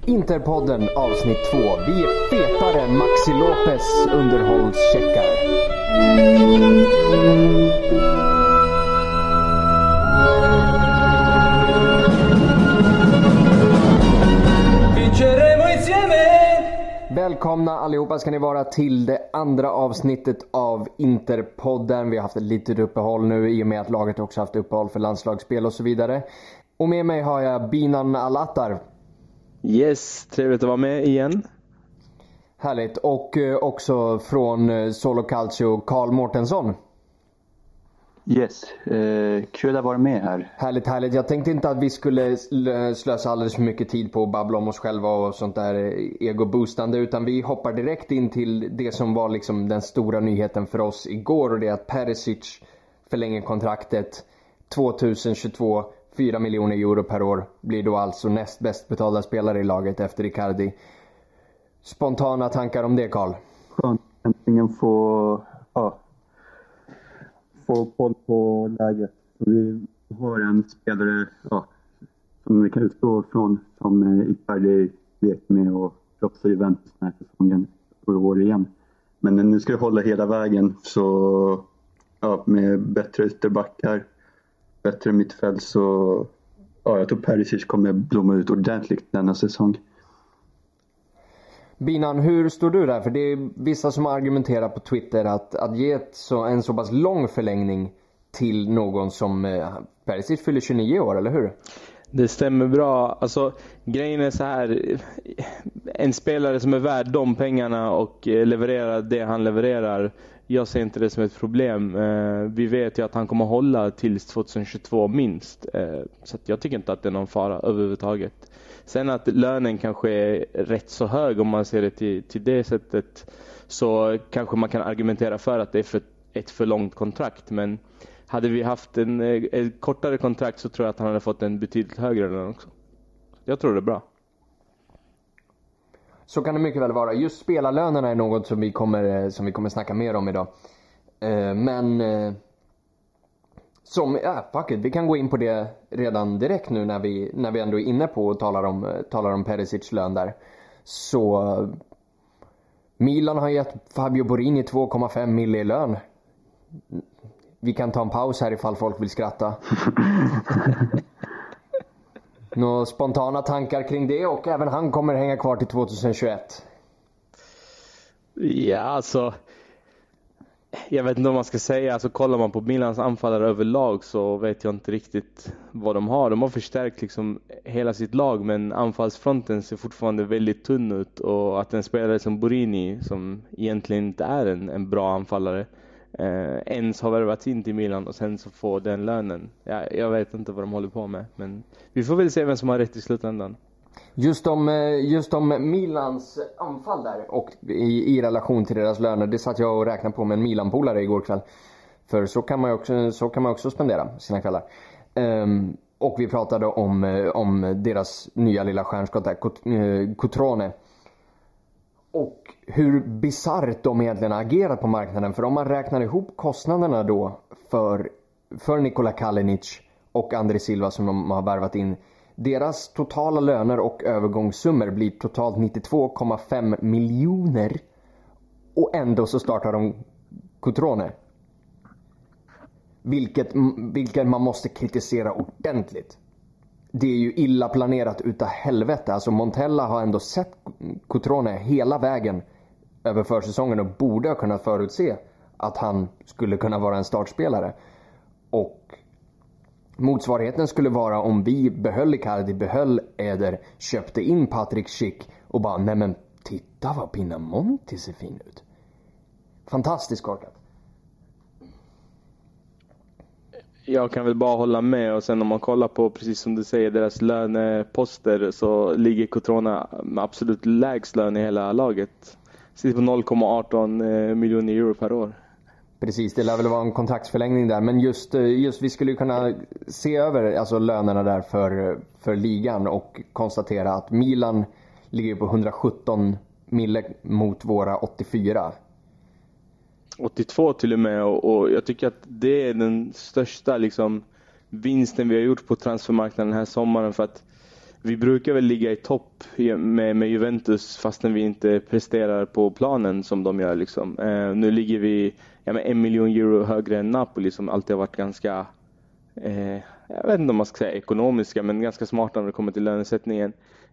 Interpodden avsnitt 2. Vi är fetare än Maxi Lopez underhållscheckar. Välkomna allihopa ska ni vara till det andra avsnittet av Interpodden. Vi har haft ett litet uppehåll nu i och med att laget också haft uppehåll för landslagsspel och så vidare. Och med mig har jag Binan Al-Attar. Yes, trevligt att vara med igen. Härligt. Och också från Solo Calcio, Karl Mårtensson. Yes, kul att vara med här. Härligt. Jag tänkte inte att vi skulle slösa alldeles för mycket tid på att babbla om oss själva och sånt där ego-boostande, utan vi hoppar direkt in till det som var liksom den stora nyheten för oss igår, och det är att Perisic förlänger kontraktet 2022, 4 miljoner euro per år, blir då alltså näst bäst betalda spelare i laget efter Icardi. Spontana tankar om det, Karl? Skönt att äntligen få koll på läget. Vi har en spelare som vi kan utgå från, som Icardi lekt med och proffsar Juventus den här säsongen och år igen. Men nu ska det hålla hela vägen, så med bättre ytterbackar, bättre mittfält, så jag tror Perisic kommer blomma ut ordentligt denna säsong. Binan, hur står du där? För det är vissa som argumenterar på Twitter att ge en så pass lång förlängning till någon som Perisic fyller 29 år, eller hur? Det stämmer bra. Alltså, grejen är så här: en spelare som är värd de pengarna och levererar det han levererar, jag ser inte det som ett problem. Vi vet ju att han kommer hålla tills 2022 minst. Så att jag tycker inte att det är någon fara överhuvudtaget. Sen att lönen kanske är rätt så hög om man ser det till det sättet, så kanske man kan argumentera för att det är ett för långt kontrakt. Men hade vi haft en kortare kontrakt så tror jag att han hade fått en betydligt högre lön också. Jag tror det är bra. Så kan det mycket väl vara. Just spelarlönerna är något som vi kommer snacka mer om idag. Vi kan gå in på det redan direkt nu när vi ändå är inne på och talar om Perisic lön där. Så Milan har gett Fabio Borini 2,5 miljoner i lön. Vi kan ta en paus här ifall folk vill skratta. Några spontana tankar kring det, och även han kommer hänga kvar till 2021. Ja, alltså, jag vet inte vad man ska säga. Alltså, kollar man på Milans anfallare överlag så vet jag inte riktigt vad de har. De har förstärkt liksom hela sitt lag, men anfallsfronten ser fortfarande väldigt tunn ut. Och att en spelare som Borini, som egentligen inte är en bra anfallare, ens har värvats in till Milan och sen så får den lönen. Jag vet inte vad de håller på med, men vi får väl se vem som har rätt i slutändan. Just om Milans anfall där och i relation till deras löner, det satt jag och räknade på med en Milan-polare igår kväll. För så kan man också spendera sina kvällar. Och vi pratade om deras nya lilla stjärnskott där, Cutrone. Och hur bizarrt de egentligen har agerat på marknaden. För om man räknar ihop kostnaderna då för Nikola Kalinic och André Silva som de har värvat in, deras totala löner och övergångssummor blir totalt 92,5 miljoner. Och ändå så startar de Cutrone. Vilket man måste kritisera ordentligt. Det är ju illa planerat utav helvete. Alltså Montella har ändå sett Cutrone hela vägen över försäsongen och borde ha kunnat förutse att han skulle kunna vara en startspelare. Och motsvarigheten skulle vara om vi behöll Icardi, behöll Eder, köpte in Patrick Schick och bara, nej men titta vad Pinamonti ser fin ut. Fantastiskt korkat. Jag kan väl bara hålla med, och sen om man kollar på, precis som du säger, deras löneposter, så ligger Cutrone med absolut lägst lön i hela laget. Sitter på 0,18 miljoner euro per år. Precis, det lär väl vara en kontraktsförlängning där. Men just vi skulle ju kunna se över alltså lönerna där för ligan och konstatera att Milan ligger på 117 mille mot våra 84. 82 till och med, och jag tycker att det är den största liksom vinsten vi har gjort på transfermarknaden den här sommaren, för att vi brukar väl ligga i topp med Juventus fastän vi inte presterar på planen som de gör liksom. Nu ligger vi med 1 miljon euro högre än Napoli som alltid har varit ganska jag vet inte om man ska säga ekonomiska, men ganska smarta när det kommer till lönesättningen.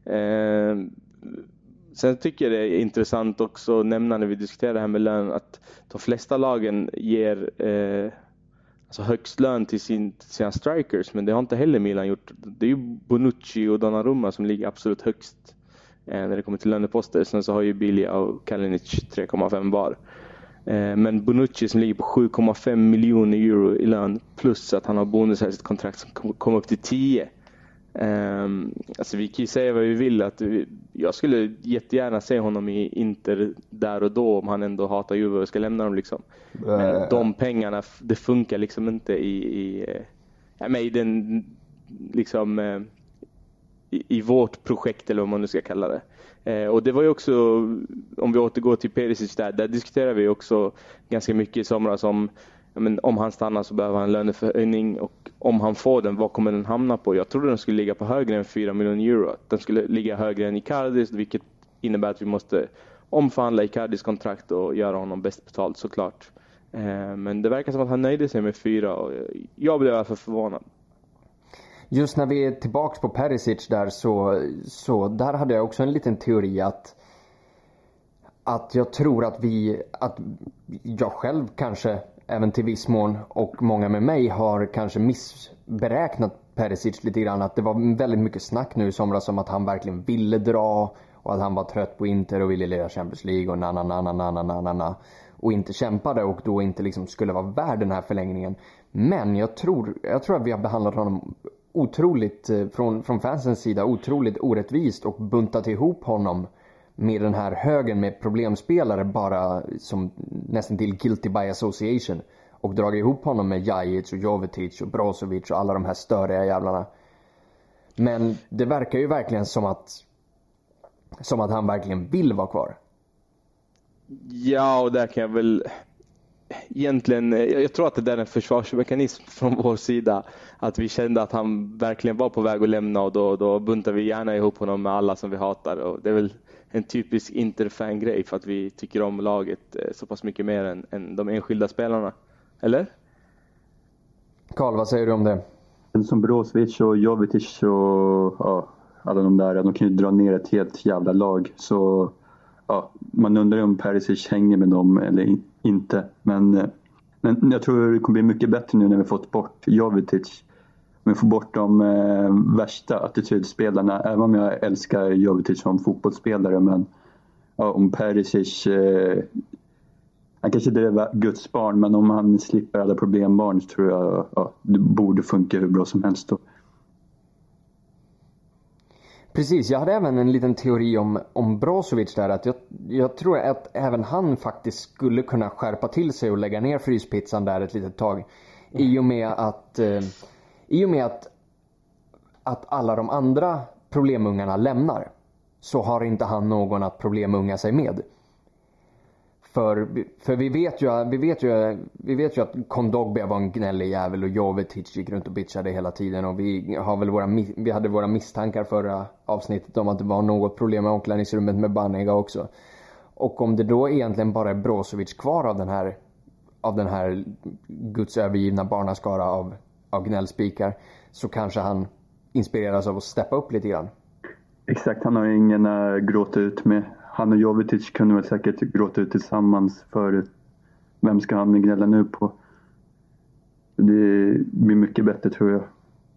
Sen tycker jag det är intressant också att nämna när vi diskuterar det här med lön att de flesta lagen ger alltså högst lön till sina strikers, men det har inte heller Milan gjort. Det är ju Bonucci och Donnarumma som ligger absolut högst när det kommer till löneposter. Sen så har ju Bilia och Kalinic 3,5 var. Men Bonucci som ligger på 7,5 miljoner euro i lön plus att han har bonusar i sitt kontrakt som kommer upp till 10. Alltså vi kan ju säga vad vi vill att jag skulle jättegärna se honom i Inter där och då om han ändå hatar Juve och ska lämna dem liksom. Men de pengarna, det funkar liksom inte i den liksom i vårt projekt eller vad man nu ska kalla det. Och det var ju också, om vi återgår till Perisic där diskuterar vi också ganska mycket i somras om han stannar så behöver han en löneförhöjning och om han får den, vad kommer den hamna på? Jag trodde den skulle ligga på högre än 4 miljoner euro. Den skulle ligga högre än Icardis, vilket innebär att vi måste omförhandla Icardis kontrakt och göra honom bäst betalt såklart. Men det verkar som att han nöjde sig med 4 och jag blev i alla fall förvånad. Just när vi är tillbaka på Perisic där så där hade jag också en liten teori att jag tror att jag själv kanske även till viss mån och många med mig har kanske missberäknat Perisic lite grann. Att det var väldigt mycket snack nu i somras om att han verkligen ville dra och att han var trött på Inter och ville leda Champions League och na och inte kämpade och då inte liksom skulle vara värd den här förlängningen. Men jag tror att vi har behandlat honom otroligt från fansens sida otroligt orättvist och buntat ihop honom med den här högen med problemspelare bara som nästan till guilty by association och dragit ihop honom med Jajic och Jovetic och Brozovic och alla de här störiga jävlarna. Men det verkar ju verkligen som att han verkligen vill vara kvar. Ja, och där kan jag väl egentligen, jag tror att det där är en försvarsmekanism från vår sida att vi kände att han verkligen var på väg att lämna och då buntar vi gärna ihop honom med alla som vi hatar och det är väl en typisk Inter-fan-grej för att vi tycker om laget så pass mycket mer än de enskilda spelarna. Eller? Karl, vad säger du om det? Som Brozovic och Jovetic och alla de där, de kan ju dra ner ett helt jävla lag. Så man undrar om Perisic hänger med dem eller inte. Men jag tror det kommer bli mycket bättre nu när vi fått bort Jovetic. Om vi får bort de värsta attitydspelarna. Även om jag älskar Jovetic som fotbollsspelare. Men om Perisic, han kanske inte är Guds barn. Men om han slipper alla problembarn så tror jag det borde funka hur bra som helst då. Precis, jag hade även en liten teori om Brozovic där. Att jag tror att även han faktiskt skulle kunna skärpa till sig och lägga ner fryspizzan där ett litet tag. I och med att alla de andra problemungarna lämnar så har inte han någon att problemunga sig med. För vi vet ju att Kondogbia var en gnällig jävel och Jovetic gick runt och bitchade hela tiden och vi hade våra misstankar förra avsnittet om att det var något problem med omklädningsrummet med Banega också. Och om det då egentligen bara är Brozovic kvar av den här Guds övergivna barnaskara av gnällspikar så kanske han inspireras av att steppa upp lite grann. Exakt, han har ju ingen gråta ut med. Han och Jovetic kunde väl säkert gråta ut tillsammans för vem ska han gnälla nu på. Det blir mycket bättre tror jag.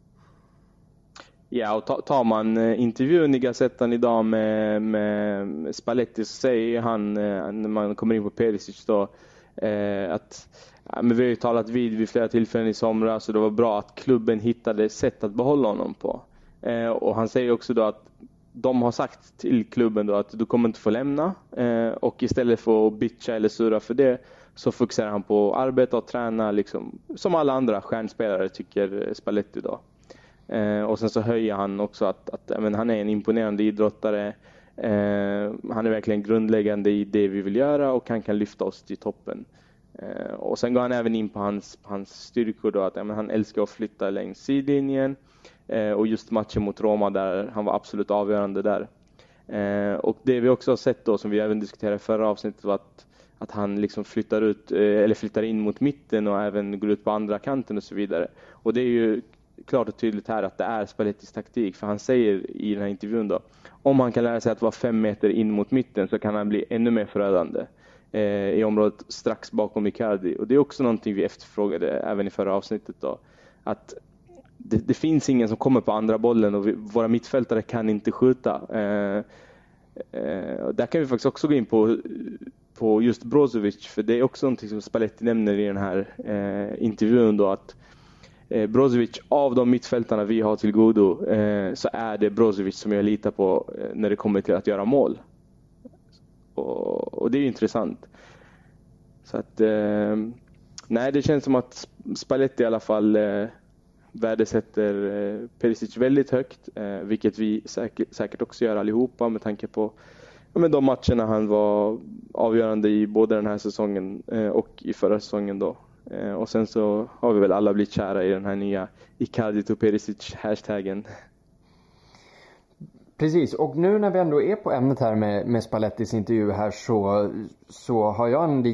Ja, och tar man intervjun i Gazettan idag med Spalletti så säger han när man kommer in på Perisic då att men vi har ju talat vid flera tillfällen i somras så det var bra att klubben hittade sätt att behålla honom på. Och han säger också då att de har sagt till klubben då att du kommer inte få lämna och istället för att bitcha eller surra för det så fokuserar han på att arbeta och träna liksom, som alla andra stjärnspelare tycker Spalletti då. Och sen så höjer han också att han är en imponerande idrottare. Han är verkligen grundläggande i det vi vill göra och han kan lyfta oss till toppen. Och sen går han även in på hans styrkor då att han älskar att flytta längs sidlinjen. Och just matchen mot Roma där han var absolut avgörande där. Och det vi också har sett då, som vi även diskuterade i förra avsnittet, var att han liksom flyttar in mot mitten och även går ut på andra kanten och så vidare. Och det är ju klart och tydligt här att det är Spallettis taktik, för han säger i den här intervjun då, om han kan lära sig att vara 5 meter in mot mitten så kan han bli ännu mer förödande i området strax bakom Icardi. Och det är också någonting vi efterfrågade även i förra avsnittet då, att det finns ingen som kommer på andra bollen och våra mittfältare kan inte skjuta. Där kan vi faktiskt också gå in på just Brozovic, för det är också någonting som Spalletti nämner i den här intervjun då, att Brozovic, av de mittfältarna vi har till godo, så är det Brozovic som jag litar på när det kommer till att göra mål. Och det är ju intressant. Så att nej, det känns som att Spalletti i alla fall värdesätter Perisic väldigt högt, vilket vi säkert också gör allihopa med tanke på de matcherna han var avgörande i både den här säsongen och i förra säsongen då. Och sen så har vi väl alla blivit kära i den här nya Icardi to Perisic hashtaggen. Precis, och nu när vi ändå är på ämnet här med Spallettis intervju här, så har jag en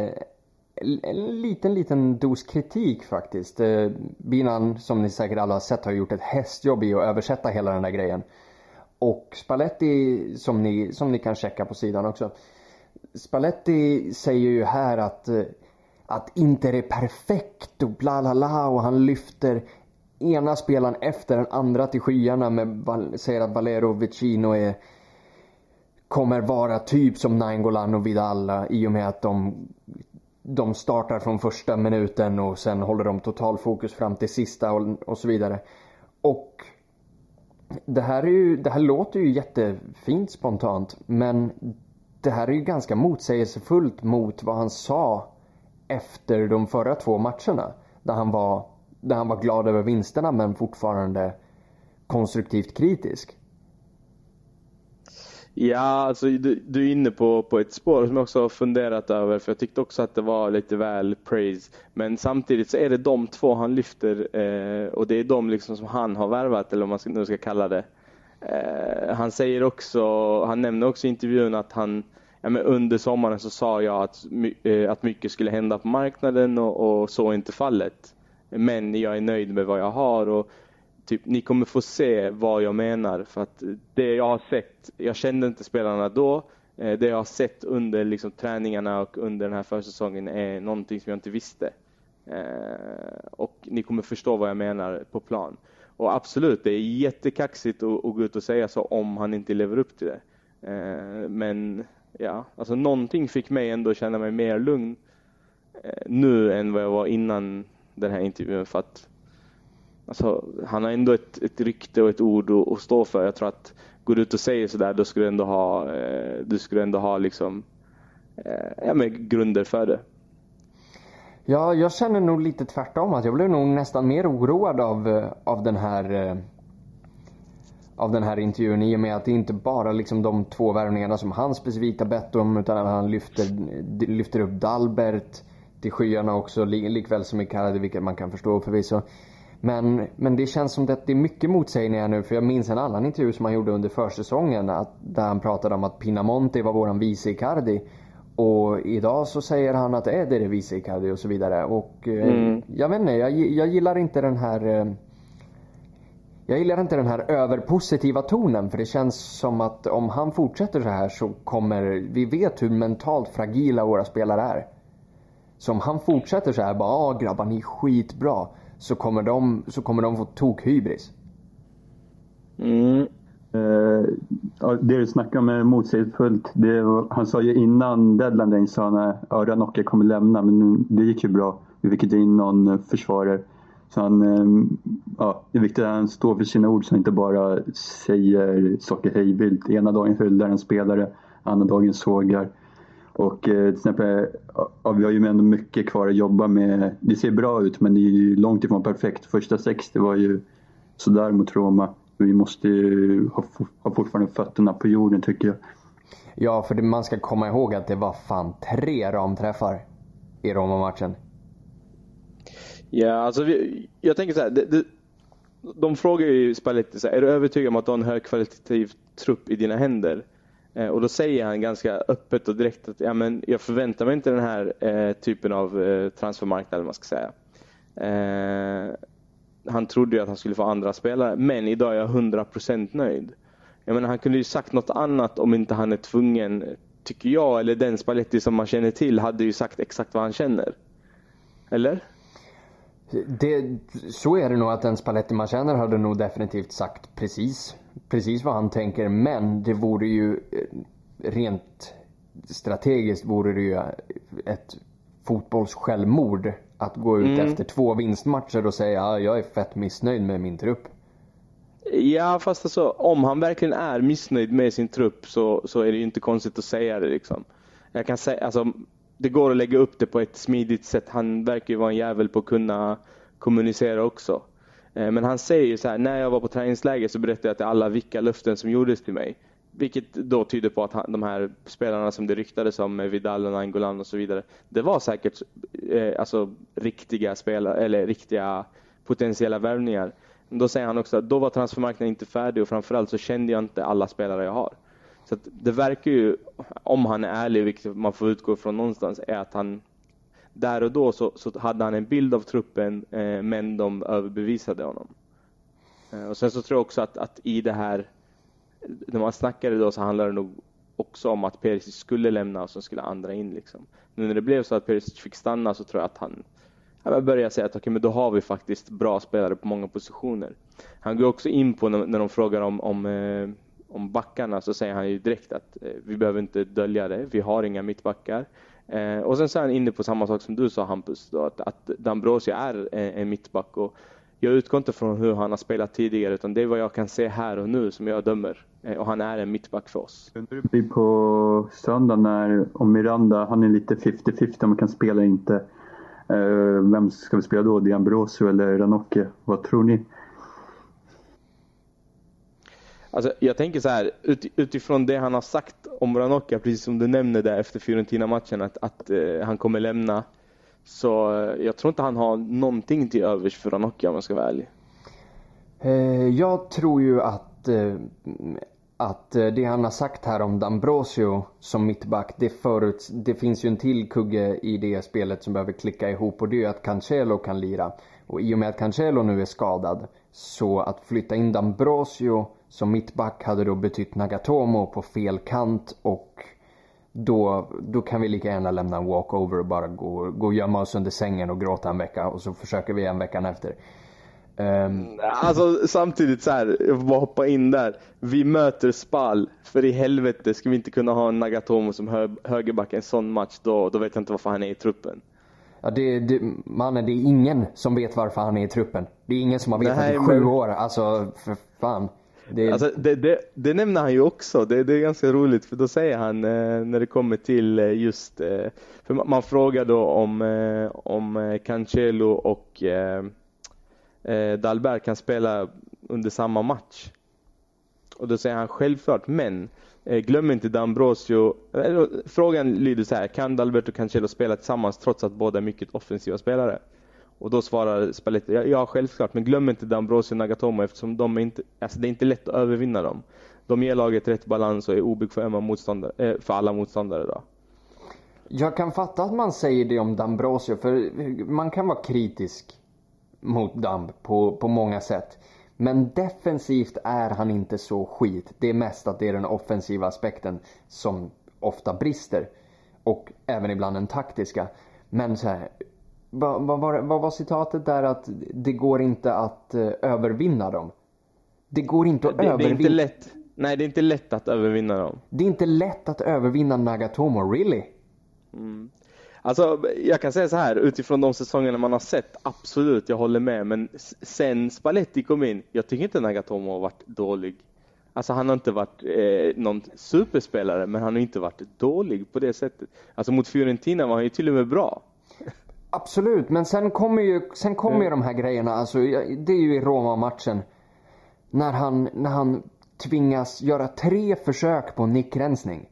liten dos kritik faktiskt. Binan, som ni säkert alla har sett, har gjort ett hästjobb i att översätta hela den där grejen. Och Spalletti, som ni kan checka på sidan också, Spalletti säger ju här att Inter är perfekt och bla bla bla, och han lyfter ena spelaren efter den andra till skyarna säger att Valero Vicino kommer vara typ som Nainggolan och Vidal i och med att de startar från första minuten och sen håller de total fokus fram till sista och så vidare. Och det här låter ju jättefint spontant, men det här är ju ganska motsägelsefullt mot vad han sa efter de förra 2 matcherna, där han var glad över vinsterna men fortfarande konstruktivt kritisk. Ja, alltså du är inne på ett spår som jag också har funderat över, för jag tyckte också att det var lite väl praise, men samtidigt så är det de 2 han lyfter och det är de liksom som han har värvat, eller vad man nu ska kalla det. Han nämner också i intervjun att men under sommaren så sa jag att mycket skulle hända på marknaden och så är inte fallet. Men jag är nöjd med vad jag har och typ, ni kommer få se vad jag menar, för att det jag har sett, jag kände inte spelarna då, det jag har sett under liksom träningarna och under den här försäsongen är någonting som jag inte visste. Och ni kommer förstå vad jag menar på plan. Och absolut, det är jättekaxigt att gå ut och säga så om han inte lever upp till det. Men ja, alltså någonting fick mig ändå känna mig mer lugn nu än vad jag var innan den här intervjun, för att alltså, han har ändå ett rykte och ett ord att stå för. Jag tror att går du ut och säger sådär, då skulle du ändå ha liksom grunder för det. Ja, jag känner nog lite tvärtom, att jag blev nog nästan mer oroad av den här intervjun, i och med att det inte bara liksom de 2 värvningarna som han specifikt har bett om, utan att han lyfter upp Dalbert till skyarna också, likväl som Icardi, vilket man kan förstå förvisso. Men det känns som att det är mycket motsägningar nu, för jag minns en annan intervju som han gjorde under försäsongen, där han pratade om att Pinamonti var våran vice Icardi, och idag så säger han att det är vice Icardi och så vidare. Och jag vet inte, jag gillar inte den här överpositiva tonen, för det känns som att om han fortsätter så här så kommer, vi vet hur mentalt fragila våra spelare är. Så om han fortsätter så här, bara grabbar, ni är skitbra, så kommer de få tokhybris. Det du snackar om är motsägelsefullt. Han sa ju innan deadline, sa han att Ranocchia kommer lämna, men det gick ju bra. Vi fick in någon försvarare. Så det är viktigt att han står för sina ord, så han inte bara säger saker hejvilt. Ena dagen hyllar en spelare, andra dagen sågar. Och till exempel, vi har ju ändå mycket kvar att jobba med. Det ser bra ut, men det är ju långt ifrån perfekt. Första 60 var ju sådär mot Roma. Vi måste ju ha fortfarande fötterna på jorden, tycker jag. Ja, för man ska komma ihåg att det var fan 3 ramträffar i Roma-matchen. Ja, alltså jag tänker så här, de frågar ju Spalletti så här, är du övertygad om att du har en högkvalitativ trupp i dina händer? Och då säger han ganska öppet och direkt att ja, men jag förväntar mig inte den här typen av transfermarknad, eller man ska säga. Han trodde ju att han skulle få andra spelare, men idag är jag 100% nöjd. Jag menar, han kunde ju sagt något annat om inte han är tvungen, tycker jag, eller den Spalletti som man känner till hade ju sagt exakt vad han känner. Eller? Så är det nog, att den Spalletti man känner hade nog definitivt sagt precis vad han tänker. Men det vore ju rent strategiskt vore det ju ett fotbollssjälvmord att gå ut efter 2 vinstmatcher och säga jag är fett missnöjd med min trupp. Ja, fast alltså, om han verkligen är missnöjd med sin trupp så är det ju inte konstigt att säga det liksom. Jag kan säga, alltså, det går att lägga upp det på ett smidigt sätt. Han verkar ju vara en jävel på att kunna kommunicera också. Men han säger ju så här: när jag var på träningsläger så berättade jag till alla vilka löften som gjordes till mig. Vilket då tyder på att de här spelarna som det ryktades om, Vidal och Nainggolan och så vidare, det var säkert alltså riktiga spelare eller riktiga potentiella värvningar. Då säger han också att då var transfermarknaden inte färdig och framförallt så kände jag inte alla spelare jag har. Så att det verkar ju, om han är ärlig, vilket man får utgå från någonstans, är att han där och då så hade han en bild av truppen, men de överbevisade honom. Och sen så tror jag också att i det här, när man snackade då, så handlade det nog också om att Perisic skulle lämna och så skulle andra in liksom. Nu när det blev så att Perisic fick stanna så tror jag att han började säga att okej, men då har vi faktiskt bra spelare på många positioner. Han går också in på när de frågar om backarna, så säger han ju direkt att vi behöver inte dölja det, vi har inga mittbackar. Och sen så är han inne på samma sak som du sa, Hampus, då, att D'Ambrosio är en mittback, och jag utgår inte från hur han har spelat tidigare, utan det är vad jag kan se här och nu som jag dömer, och han är en mittback för oss. Det blir på söndag när, om Miranda, han är lite 50-50 om man kan spela inte. Vem ska vi spela då? D'Ambrosio eller Ranocchia? Vad tror ni? Alltså, jag tänker så här, utifrån det han har sagt om Ranocchia, precis som du nämnde där efter Fiorentina-matchen, att han kommer lämna, så jag tror inte han har någonting till övers för Ranocchia, om jag ska vara ärlig. Jag tror ju att det han har sagt här om D'Ambrosio som mittback, det finns ju en till kugge i det spelet som behöver klicka ihop, och det är ju att Cancelo kan lira. Och i och med att Cancelo nu är skadad, så att flytta in D'Ambrosio som mittback hade då betytt Nagatomo på fel kant, och då kan vi lika gärna lämna en walkover och bara gå och gömma oss under sängen och gråta en vecka, och så försöker vi en veckan efter. Alltså samtidigt så här, jag får bara hoppa in där. Vi möter Spal, för i helvete ska vi inte kunna ha en Nagatomo som högerback en sån match, då vet jag inte varför han är i truppen. Ja, mannen, det är ingen som vet varför han är i truppen. Det är ingen som har vetat i 7 år. Alltså, för fan. Alltså, det nämner han ju också. Det är ganska roligt, för då säger han när det kommer till just för man frågar då om Cancelo och Dalbert kan spela under samma match. Och då säger han självklart, men glöm inte D'Ambrosio. Frågan lyder så här: kan Dalbert och Cancelo spela tillsammans trots att båda är mycket offensiva spelare? Och då svarar Spalletti, ja självklart, men glöm inte D'Ambrosio och Nagatomo, eftersom det är inte lätt att övervinna dem. De ger laget rätt balans och är obekväma motståndare för alla motståndare då. Jag kan fatta att man säger det om D'Ambrosio, för man kan vara kritisk mot Damb på många sätt. Men defensivt är han inte så skit. Det är mest att det är den offensiva aspekten som ofta brister. Och även ibland den taktiska. Men så här, vad var citatet där, att det går inte att övervinna dem? Det går inte att övervinna. Det är inte lätt. Nej, det är inte lätt att övervinna dem. Det är inte lätt att övervinna Nagatomo, really? Alltså, jag kan säga så här, utifrån de säsongerna man har sett, absolut, jag håller med. Men sen Spalletti kom in, jag tycker inte Nagatomo har varit dålig. Alltså, han har inte varit någon superspelare, men han har inte varit dålig på det sättet. Alltså, mot Fiorentina var han ju till och med bra. Absolut, men sen kommer ju de här grejerna. Alltså, det är ju i Roma-matchen. När han tvingas göra 3 försök på nickrensning.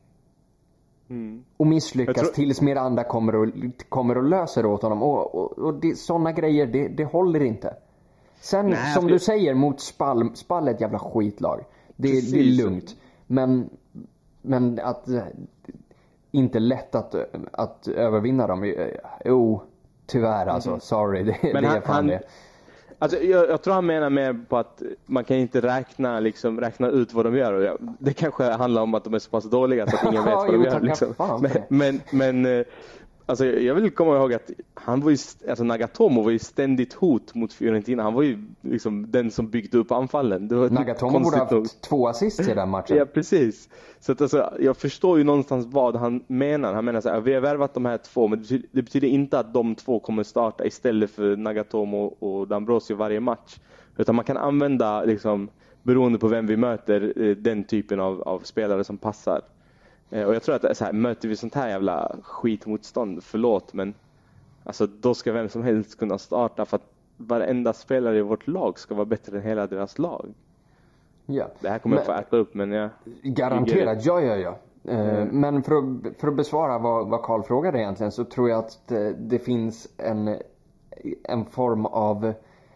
Och misslyckas tills Miranda kommer och löser åt honom. Och sådana grejer, det håller inte. Sen som du säger mot Spall är ett jävla skitlag. Det är lugnt. Men att inte lätt att övervinna dem. Jo, tyvärr alltså. Sorry, det är fan det. Alltså, jag tror han menar mer på att man kan inte räkna ut vad de gör. Det kanske handlar om att de är så pass dåliga så att ingen vet vad de gör. Liksom. Men alltså, jag vill komma ihåg att han var ju, alltså Nagatomo var ju ständigt hot mot Fiorentina. Han var ju liksom den som byggde upp anfallen. Nagatomo borde ha haft 2 assist i den matchen. Ja, precis. Så att, alltså, jag förstår ju någonstans vad han menar. Han menar så här, vi har värvat de här 2, men det betyder inte att de 2 kommer starta istället för Nagatomo och D'Ambrosio varje match. Utan man kan använda, liksom, beroende på vem vi möter, den typen av spelare som passar. Och jag tror att så här, möter vi sånt här jävla skitmotstånd, förlåt, men alltså, då ska vem som helst kunna starta, för att varenda spelare i vårt lag ska vara bättre än hela deras lag. Ja. Det här kommer jag få äta upp, men jag... Garanterat, ja. Men för att besvara vad Carl frågade egentligen, så tror jag att det finns en form av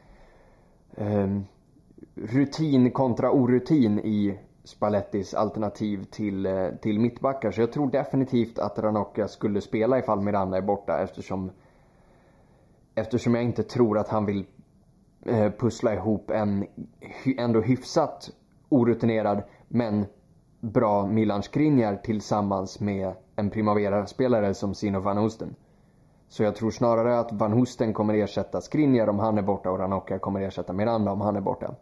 rutin kontra orutin i Spallettis alternativ till mittbackar. Så jag tror definitivt att Ranocchia skulle spela ifall Miranda är borta, eftersom jag inte tror att han vill pussla ihop en ändå hyfsat orutinerad men bra Milan Skriniar tillsammans med en Primavera-spelare som Sino Van Husten. Så jag tror snarare att Van Husten kommer ersätta Skriniar om han är borta, och Ranocchia kommer ersätta Miranda om han är borta.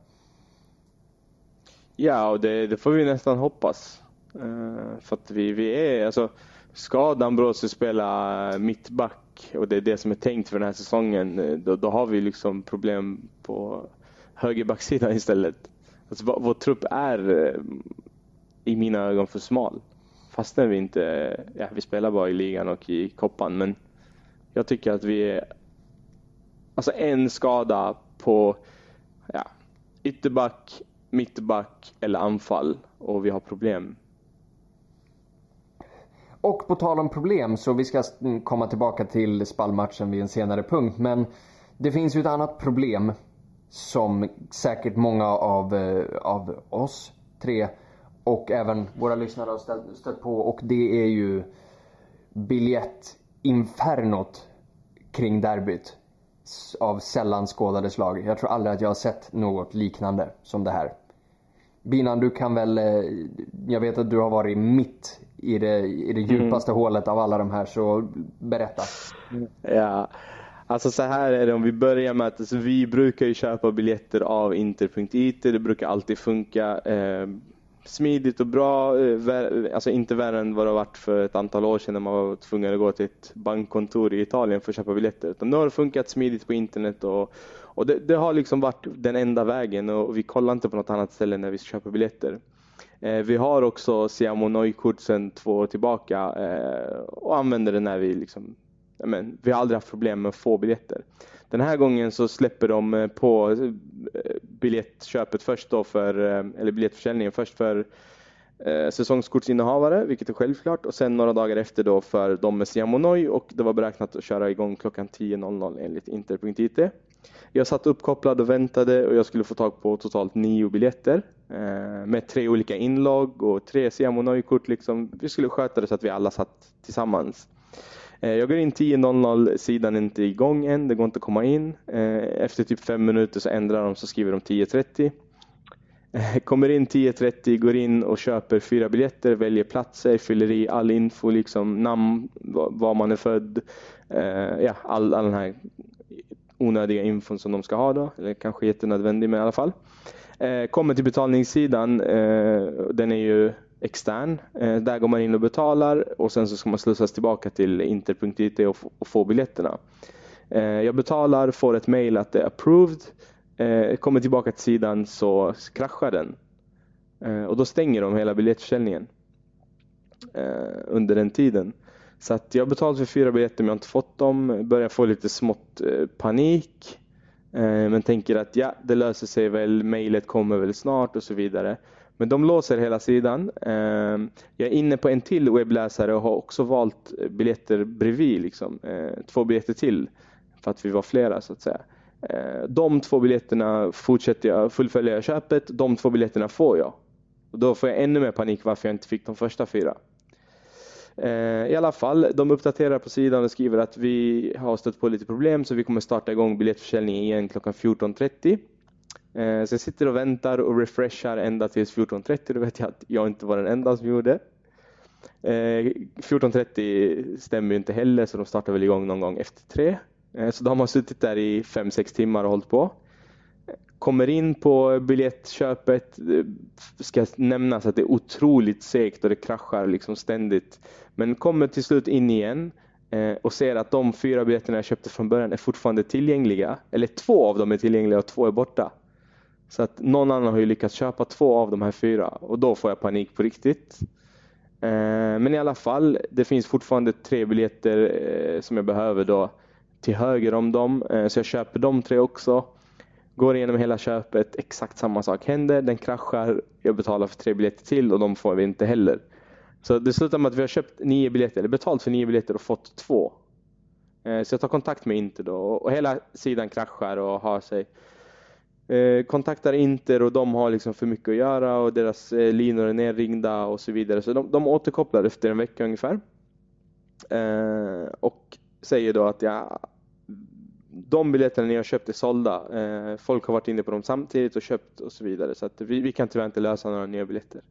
Ja, och det får vi nästan hoppas. För att vi är, alltså, ska D'Ambrosio spela mittback, och det är det som är tänkt för den här säsongen, då har vi liksom problem på högerbacksidan istället. Alltså, vår trupp är i mina ögon för smal. Fastän vi inte, vi spelar bara i ligan och i koppan, men jag tycker att vi är, alltså, en skada på ytterback, mittback eller anfall, och vi har problem. Och på tal om problem, så vi ska komma tillbaka till Spalmatchen vid en senare punkt, men det finns ju ett annat problem som säkert många av oss 3 och även våra lyssnare har stött på, och det är ju biljettinfernot kring derbyt av sällan skådade slag. Jag tror aldrig att jag har sett något liknande som det här. Binan, du kan väl, jag vet att du har varit mitt i det djupaste hålet av alla de här, så berätta. Ja, alltså så här är det, om vi börjar med att, alltså, vi brukar ju köpa biljetter av Inter.it. Det brukar alltid funka smidigt och bra, alltså inte värre än vad det har varit för ett antal år sedan när man var tvungen att gå till ett bankkontor i Italien för att köpa biljetter. Utan nu har det funkat smidigt på internet, och det har liksom varit den enda vägen, och vi kollar inte på något annat ställe när vi köper biljetter. Vi har också Siamo Noi-kort sedan 2 år tillbaka, och använder det när vi liksom, vi har aldrig haft problem med att få biljetter. Den här gången så släpper de på biljettköpet först då eller biljettförsäljningen först för säsongskortsinnehavare, vilket är självklart, och sen några dagar efter då för de med Siamo Noi, och det var beräknat att köra igång klockan 10.00 enligt Inter.it. Jag satt uppkopplad och väntade, och jag skulle få tag på totalt 9 biljetter med 3 olika inlogg och 3 Siamo Noi-kort. Liksom. Vi skulle sköta det så att vi alla satt tillsammans. Jag går in 10.00, sidan är inte igång än, det går inte att komma in. Efter typ 5 minuter så ändrar de, så skriver de 10.30. Kommer in 10.30, går in och köper 4 biljetter, väljer platser, fyller i all info, liksom namn, var man är född, all den här onödiga infon som de ska ha då, eller kanske jättenödvändig, men i alla fall. Kommer till betalningssidan, den är ju extern. Där går man in och betalar, och sen så ska man slussas tillbaka till Inter.it och få biljetterna. Jag betalar, får ett mail att det är approved. Kommer tillbaka till sidan, så kraschar den. Och då stänger de hela biljettförsäljningen under den tiden. Så att jag har betalat för 4 biljetter, men jag har inte fått dem. Börjar få lite smått panik. Men tänker att det löser sig väl, mejlet kommer väl snart och så vidare. Men de låser hela sidan. Jag är inne på en till webbläsare och har också valt biljetter bredvid. Liksom. 2 biljetter till, för att vi var flera så att säga. De 2 biljetterna fortsätter jag fullfölja köpet. De 2 biljetterna får jag. Och då får jag ännu mer panik varför jag inte fick de första 4. I alla fall, de uppdaterar på sidan och skriver att vi har stött på lite problem, så vi kommer starta igång biljettförsäljning igen klockan 14.30. Så jag sitter och väntar och refreshar ända tills 14.30. Då vet jag att jag inte var den enda som gjorde. 14.30 stämmer ju inte heller, så de startar väl igång någon gång efter 3. Så de har suttit där i 5-6 timmar och hållit på. Kommer in på biljettköpet, ska nämnas att det är otroligt segt och det kraschar liksom ständigt. Men kommer till slut in igen och ser att de 4 biljetterna jag köpte från början är fortfarande tillgängliga. Eller 2 av dem är tillgängliga och 2 är borta. Så att någon annan har ju lyckats köpa 2 av de här 4. Och då får jag panik på riktigt. Men i alla fall, det finns fortfarande 3 biljetter som jag behöver då till höger om dem. Så jag köper de 3 också. Går igenom hela köpet, exakt samma sak händer. Den kraschar, jag betalar för 3 biljetter till och de får vi inte heller. Så det slutar med att vi har köpt 9 biljetter, eller betalt för 9 biljetter och fått 2. Så jag tar kontakt med Inter då. Och hela sidan kraschar och har sig. Kontaktar Inter och de har liksom för mycket att göra och deras linor är nerringda och så vidare. Så de återkopplar efter en vecka ungefär. Och säger då att de biljetterna ni har köpt är sålda. Folk har varit inne på dem samtidigt och köpt och så vidare. Så att vi kan tyvärr inte lösa några nya biljetter.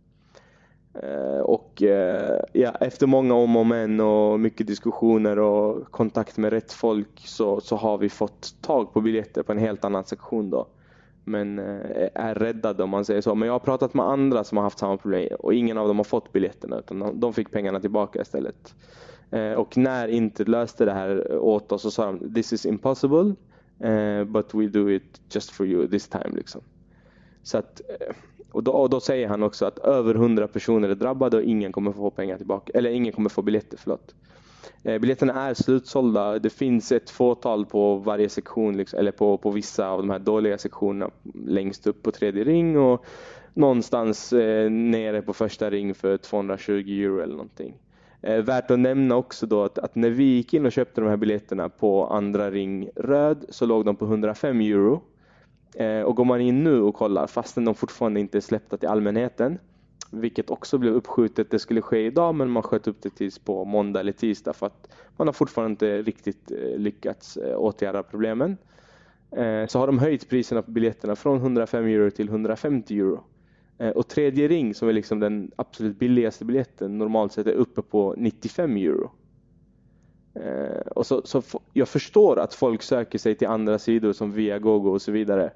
Efter många om och men och mycket diskussioner och kontakt med rätt folk så har vi fått tag på biljetter på en helt annan sektion då. Men är räddade om man säger så. Men jag har pratat med andra som har haft samma problem och ingen av dem har fått biljetterna, utan de fick pengarna tillbaka istället. Och när inte löste det här åt oss så sa de this is impossible, but we do it just for you this time liksom. Så att, och då säger han också att över 100 personer är drabbade och ingen kommer få pengar tillbaka, eller ingen kommer få biljetter, förlåt. Biljetterna är slutsålda. Det finns ett fåtal på varje sektion liksom, eller på vissa av de här dåliga sektionerna längst upp på 3:e ring och någonstans nere på första ring för 220 euro eller någonting. Värt att nämna också då att när vi gick in och köpte de här biljetterna på andra ring röd så låg de på 105 euro. Och går man in nu och kollar, fastän de fortfarande inte är släppta till allmänheten, vilket också blev uppskjutet, det skulle ske idag men man sköt upp det tills på måndag eller tisdag för att man har fortfarande inte riktigt lyckats åtgärda problemen. Så har de höjt priserna på biljetterna från 105 euro till 150 euro. Och 3:e ring, som är liksom den absolut billigaste biljetten, normalt sett är uppe på 95 euro. Och så jag förstår att folk söker sig till andra sidor som Viagogo och så vidare.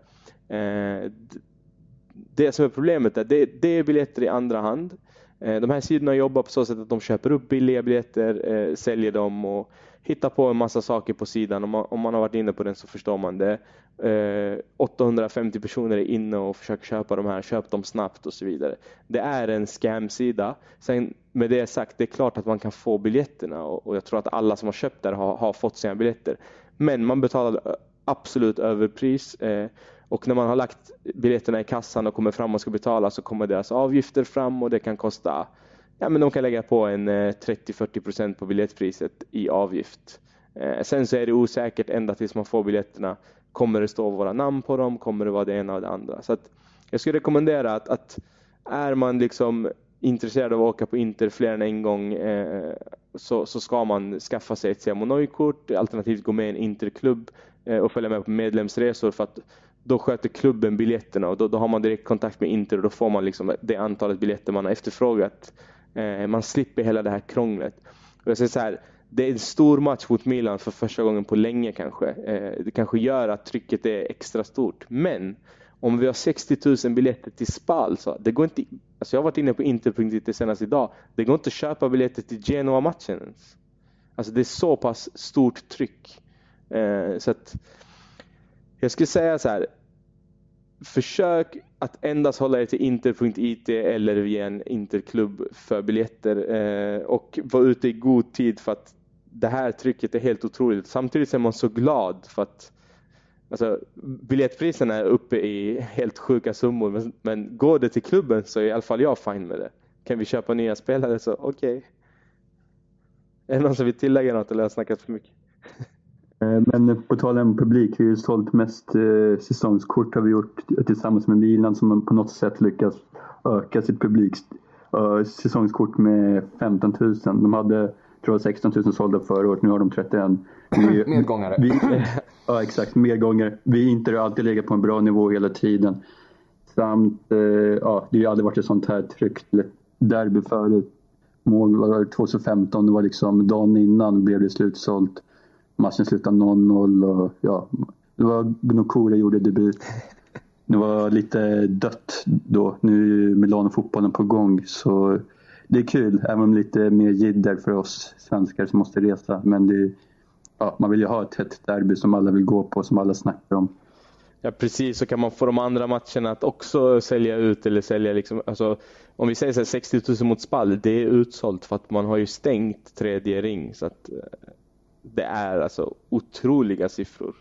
Det som är problemet är det är biljetter i andra hand. De här sidorna jobbar på så sätt att de köper upp billiga biljetter, säljer dem och hittar på en massa saker på sidan. Om man har varit inne på den så förstår man det. 850 personer är inne och försöker köpa de här, köp dem snabbt och så vidare. Det är en scam-sida. Sen med det sagt, det är klart att man kan få biljetterna och jag tror att alla som har köpt där har fått sina biljetter. Men man betalar absolut överpris. Och när man har lagt biljetterna i kassan och kommer fram och ska betala så kommer deras avgifter fram och det kan kosta, men de kan lägga på en 30-40% på biljettpriset i avgift. Sen så är det osäkert ända tills man får biljetterna. Kommer det stå våra namn på dem? Kommer det vara det ena och det andra? Så att jag skulle rekommendera att är man liksom intresserad av att åka på Inter fler än en gång så ska man skaffa sig ett Siamonoi-kort, alternativt gå med i en Interklubb och följa med på medlemsresor, för att då sköter klubben biljetterna och då har man direkt kontakt med Inter och då får man liksom det antalet biljetter man har efterfrågat. Man slipper hela det här krånglet. Och jag säger så här, det är en stor match mot Milan för första gången på länge kanske. Det kanske gör att trycket är extra stort. Men om vi har 60 000 biljetter till Spal så det går inte. Alltså jag har varit inne på Inter.it senast idag. Det går inte att köpa biljetter till Genoa-matchen ens. Alltså det är så pass stort tryck. Så att jag skulle säga så här. Försök att endast hålla er till Inter.it eller via en Interklubb för biljetter och vara ute i god tid, för att det här trycket är helt otroligt. Samtidigt är man så glad för att alltså, biljettpriserna är uppe i helt sjuka summor, men går det till klubben så är i alla fall jag fine med det. Kan vi köpa nya spelare så okej. Är det någon som vill tillägga något eller har jag snackat för mycket? Men på tal om publik, vi har ju sålt mest säsongskort har vi gjort tillsammans med Milan som på något sätt lyckas öka sitt säsongskort med 15 000. De hade, tror jag, 16 000 sålda förra året, nu har de 31. Medgångare. Ja, exakt, medgångare. Vi inte har alltid legat på en bra nivå hela tiden. Samt, det har ju aldrig varit ett sånt här tryck. Derby förut, mål var 2015, det var liksom dagen innan blev det slutsålt. Matchen slutade 0-0 och ja, det var Gnokura gjorde debut. Det var lite dött då, nu är Milano-fotbollen på gång, så det är kul, även om lite mer jidder för oss svenskar som måste resa. Men man vill ju ha ett hett derby som alla vill gå på, som alla snackar om. Ja, precis, så kan man få de andra matcherna att också sälja ut eller sälja liksom, alltså, om vi säger så här, 60 000 mot Spal, det är utsålt för att man har ju stängt tredje ring, så att det är alltså otroliga siffror.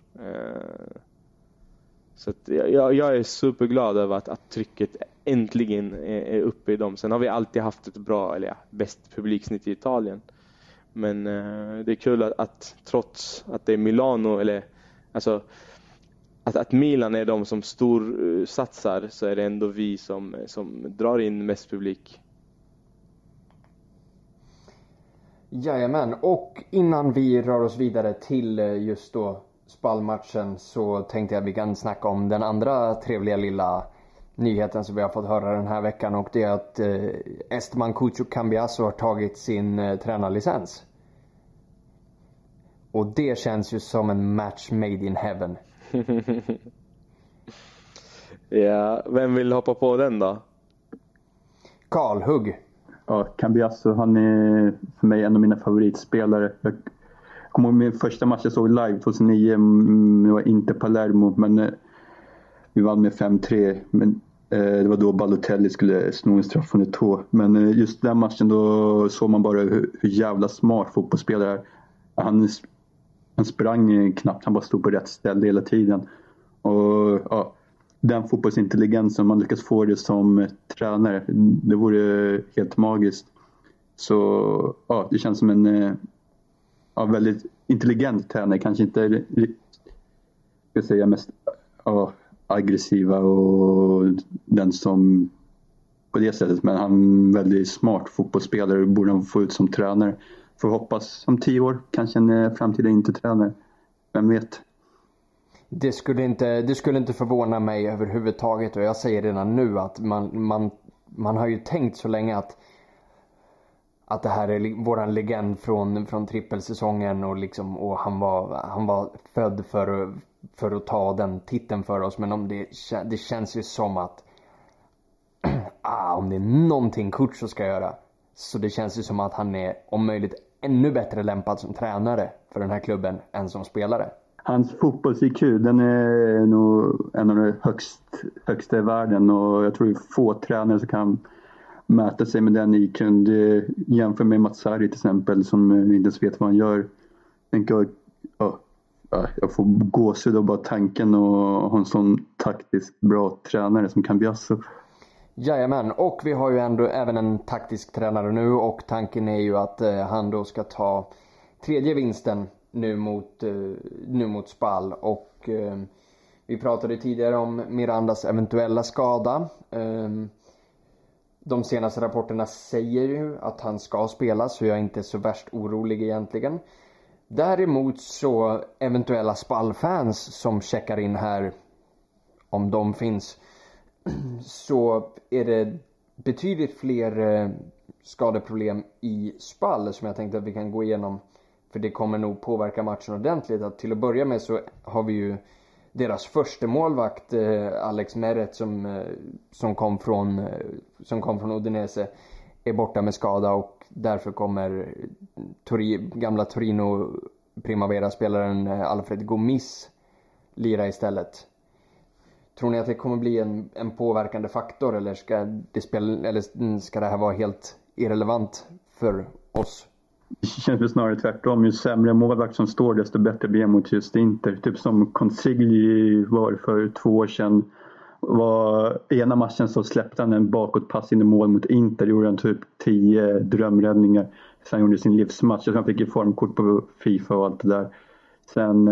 Så att jag är superglad över att trycket äntligen är uppe i dem. Sen har vi alltid haft ett bra, eller bäst publiksnitt i Italien. Men det är kul att trots att det är Milano, eller alltså att Milan är de som stor satsar, så är det ändå vi som drar in mest publik. Jajamän, och innan vi rör oss vidare till just då Spal-matchen så tänkte jag att vi kan snacka om den andra trevliga lilla nyheten som vi har fått höra den här veckan, och det är att Esteban Cucho Cambiasso har tagit sin tränarlicens. Och det känns ju som en match made in heaven. Ja, vem vill hoppa på den då? Karl, hugg. Ja, Cambiasso, han är för mig en av mina favoritspelare. Jag kommer ihåg min första match jag såg live 2009, det var inte Palermo, men vi vann med 5-3. Men det var då Balotelli skulle sno en straff från ett tå. Men just den matchen då såg man bara hur jävla smart fotbollsspelare är. Han sprang knappt, han bara stod på rätt ställe hela tiden. Och ja, den fotbollsintelligensen, man lyckas få det som tränare, det vore helt magiskt. Så ja, det känns som en väldigt intelligent tränare, kanske inte ska säga mest aggressiva och den som på det sättet, men han är väldigt smart fotbollsspelare och borde han få ut som tränare. Får hoppas om 10 år kanske en framtida inte-tränare, vem vet. Det skulle inte förvåna mig överhuvudtaget, och jag säger redan nu att man har ju tänkt så länge att det här är våran legend från trippelsäsongen, och liksom, och han var född för att ta den titeln för oss. Men det känns ju som att om det är någonting Cucho ska göra, så det känns ju som att han är om möjligt ännu bättre lämpad som tränare för den här klubben än som spelare. Hans fotbolls-IQ, den är nog en av de högsta i världen, och jag tror det är få tränare som kan mäta sig med den IQ. Jämför med Mazzari till exempel, som inte ens vet vad han gör. Jag får gåshud av bara tanken och ha en sån taktiskt bra tränare som Cambiasso. Jajamän, och vi har ju även en taktisk tränare nu, och tanken är ju att han då ska ta tredje vinsten nu mot Spal. Och vi pratade tidigare om Mirandas eventuella skada. De senaste rapporterna säger ju att han ska spela, så jag är inte så värst orolig egentligen. Däremot så eventuella Spal-fans som checkar in här, om de finns, så är det betydligt fler skadeproblem i Spal som jag tänkte att vi kan gå igenom, för det kommer nog påverka matchen ordentligt. Att till att börja med så har vi ju deras första målvakt Alex Meret som kom från Udinese, är borta med skada, och därför kommer gamla Torino Primavera-spelaren Alfred Gomis lira istället. Tror ni att det kommer bli en påverkande faktor, eller ska det här vara helt irrelevant för oss? Det känns väl snarare tvärtom. Ju sämre målvakt som står, desto bättre blir mot just Inter. Typ som Consigli var för 2 år sedan. Ena matchen så släppte han en bakåtpass in i mål mot Inter. Gjorde han typ 10 drömräddningar. Sen gjorde sin livsmatch. Och han fick ju formkort på FIFA och allt det där. Sen...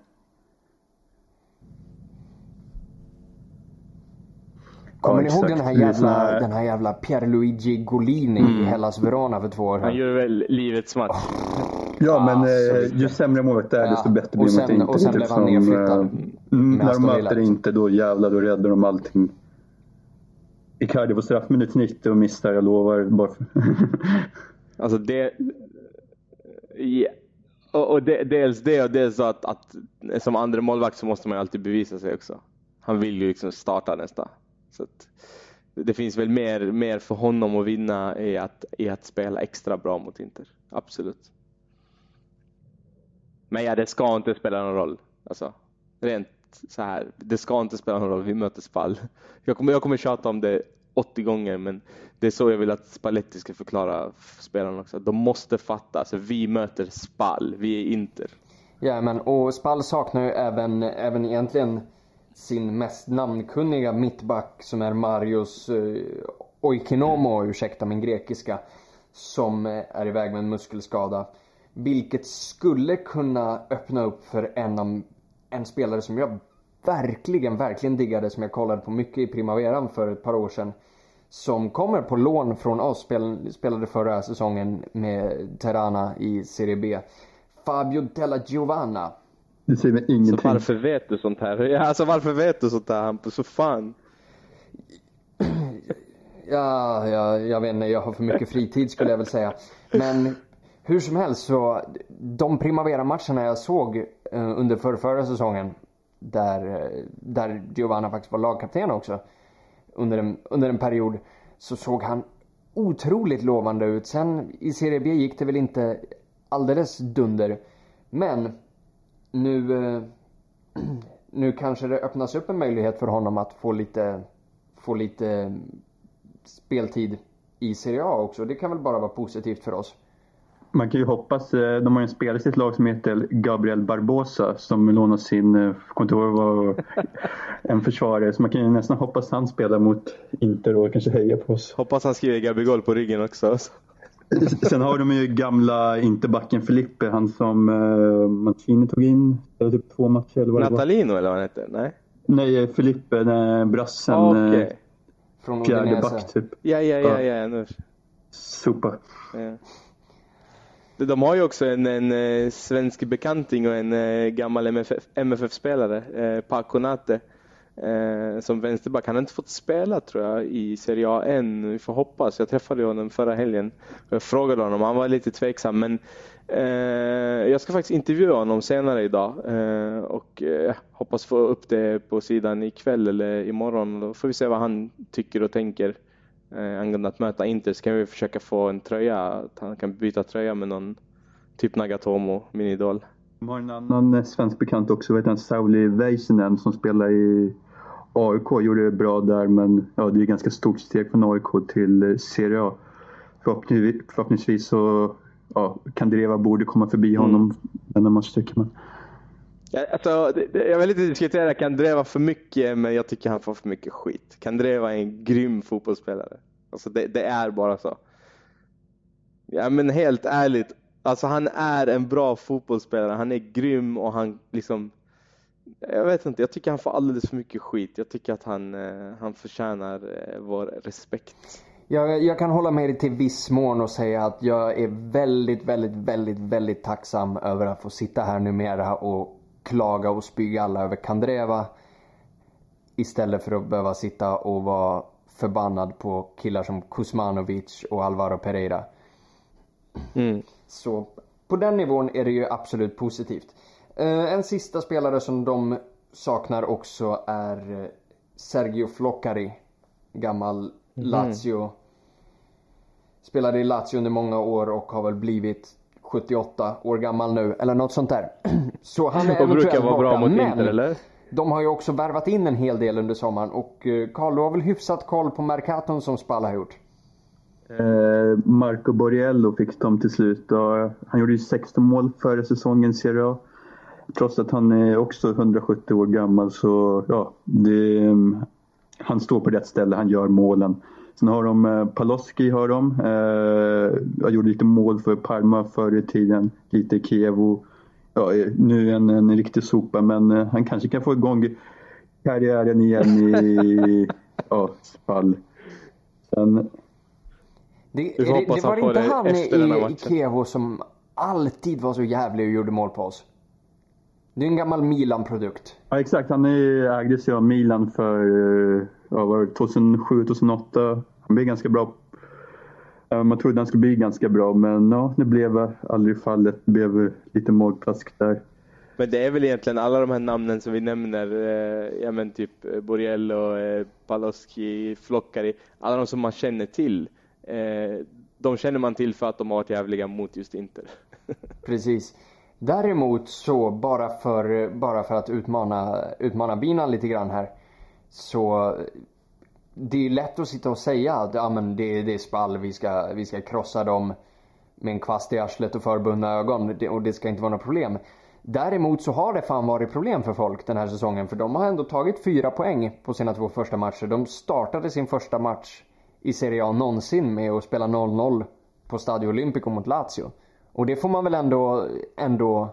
Kommer ni ihåg den här jävla Pierluigi Golini i Hellas Verona för 2 år sedan? Han gör väl livets match. Ja, men ju sämre målet det är, desto bättre blir man inte. Och sen blev han nedflyttad. När de möter inte, då jävlar, då räddar de allting. Icardi får straffminut 90 och missar, jag lovar. Bara Alltså det... Yeah. Och dels det och dels så att som andra målvakt så måste man ju alltid bevisa sig också. Han vill ju liksom starta nästa. Så att det finns väl mer för honom att vinna i att spela extra bra mot Inter. Absolut. Men ja, det ska inte spela någon roll. Alltså, rent så här. Det ska inte spela någon roll. Vi möter Spal. Jag kommer tjata om det 80 gånger, men det är så jag vill att Spalletti ska förklara spelarna också. De måste fatta. Alltså, vi möter Spal. Vi är Inter. Ja, men och Spal saknar ju även egentligen sin mest namnkunniga mittback som är Marius Oikinomo, ursäkta min grekiska, som är iväg med en muskelskada. Vilket skulle kunna öppna upp för en spelare som jag verkligen diggade, som jag kollade på mycket i Primaveran för ett par år sedan. Som kommer på lån från oss, spelade förra säsongen med Tirana i Serie B. Fabio Della Giovanna. Det säger mig ingenting. Så varför vet du sånt här? Ja, alltså varför vet du sånt här, Hampus? Så fan. Ja, jag vet inte, jag har för mycket fritid skulle jag väl säga. Men hur som helst, så de Primavera-matcherna jag såg under förra säsongen, där Giovanna faktiskt var lagkapten också under en period, så såg han otroligt lovande ut. Sen i Serie B gick det väl inte alldeles dunder, men nu kanske det öppnas upp en möjlighet för honom att få lite speltid i Serie A också. Det kan väl bara vara positivt för oss. Man kan ju hoppas, de har ju en spelare i sitt lag som heter Gabriel Barbosa som lånar sin kontor var en försvarare, så man kan ju nästan hoppas han spelar mot Inter och kanske heja på oss. Hoppas han skriver Gabigol på ryggen också. Alltså. Sen har de ju gamla Interbacken Felipe, han som Mancini tog in, eller typ 2 matcher eller vad Natalino eller vad han heter, nej Felipe, brassen, från fjärde back typ. Ja, nu. Super. Ja. De har ju också en svensk bekanting och en gammal MFF-spelare, Paco Nate, som vänsterback. Han har inte fått spela, tror jag, i Serie A än. Vi får hoppas. Jag träffade honom förra helgen. Jag frågade honom, han var lite tveksam, men jag ska faktiskt intervjua honom senare idag och hoppas få upp det på sidan ikväll eller imorgon. Då får vi se vad han tycker och tänker angående att möta Inter. Så kan vi försöka få en tröja, att han kan byta tröja med någon typ Nagatomo, min idol. De har en annan svensk bekant också, vet han, Sauli Väisänen, som spelar i AIK, gjorde det bra där, men ja, det är ganska stort steg från AIK till Serie A. Förhoppningsvis så Kandreva borde komma förbi honom denna match, tycker man. Ja, alltså, jag vill inte diskutera Kandreva för mycket, men jag tycker han får för mycket skit. Kandreva är en grym fotbollsspelare. Alltså det är bara så. Ja, men helt ärligt, alltså han är en bra fotbollsspelare. Han är grym och han liksom, jag vet inte, jag tycker han får alldeles för mycket skit. Jag tycker att han förtjänar vår respekt. Jag kan hålla med dig till viss mån och säga att jag är väldigt tacksam över att få sitta här numera och klaga och spyga alla över Kandreva, istället för att behöva sitta och vara förbannad på killar som Kuzmanovic och Alvaro Pereira. Så på den nivån är det ju absolut positivt. En sista spelare som de saknar också är Sergio Floccari, gammal Lazio. Spelade i Lazio under många år och har väl blivit 78 år gammal nu, eller något sånt där. Så han är eventuellt vara bra mot men Inter, eller? De har ju också värvat in en hel del under sommaren. Och Carl, du har väl hyfsat koll på Mercaton som Spal har gjort? Marco Borriello fick de till slut. Och han gjorde ju 16 mål förra säsongen, Serie A. Trots att han är också 170 år gammal, så ja, han står på rätt ställe, han gör målen. Sen har de Paloski, jag gjorde lite mål för Parma förr i tiden, lite Kiev ja, nu är en riktig sopa, men han kanske kan få igång karriären igen i Spal. Sen... Det var inte han i Kevo som alltid var så jävlig och gjorde mål på oss. Det är en gammal Milan-produkt. Ja, exakt. Han ägde sig av Milan för 2007-2008. Han blev ganska bra. Man trodde han skulle bli ganska bra, men det blev aldrig fallet. Det blev lite magplask där. Men det är väl egentligen alla de här namnen som vi nämner, typ Borriello, Paloschi, Floccari, alla de som man känner till. De känner man till för att de har varit jävliga mot just Inter. Precis. Däremot så bara för att utmana Binan lite grann här, så det är lätt att sitta och säga att det är Spal, vi ska krossa dem med en kvast i arslet och förbundna ögon, och det ska inte vara något problem. Däremot så har det fan varit problem för folk den här säsongen, för de har ändå tagit 4 poäng på sina 2 första matcher. De startade sin första match i Serie A någonsin med att spela 0-0 på Stadio Olimpico mot Lazio. Och det får man väl ändå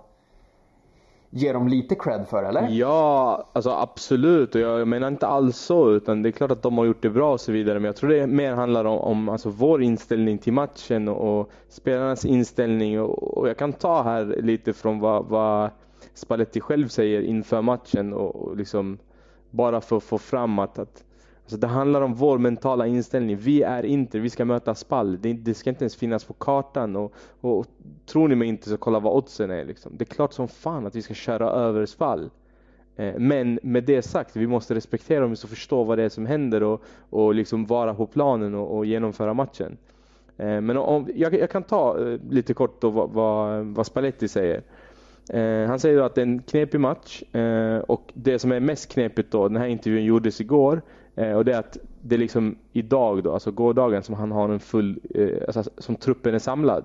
ge dem lite cred för, eller? Ja, alltså absolut. Och jag menar inte alls så, utan det är klart att de har gjort det bra och så vidare. Men jag tror det mer handlar om alltså vår inställning till matchen och spelarnas inställning. Och jag kan ta här lite från vad Spalletti själv säger inför matchen. Och liksom bara för att få fram att alltså det handlar om vår mentala inställning. Vi är inte, vi ska möta Spal. Det ska inte ens finnas på kartan. Och tror ni mig inte, så kolla vad oddsen är. Liksom. Det är klart som fan att vi ska köra över Spal. Men med det sagt, vi måste respektera dem och förstå vad det är som händer. Och liksom vara på planen och genomföra matchen. Men jag kan ta lite kort då vad Spalletti säger. Han säger då att det är en knepig match. Och det som är mest knepigt då, den här intervjun gjordes igår. Och det är att det är liksom idag då, alltså gårdagen, som han har en full, alltså som truppen är samlad.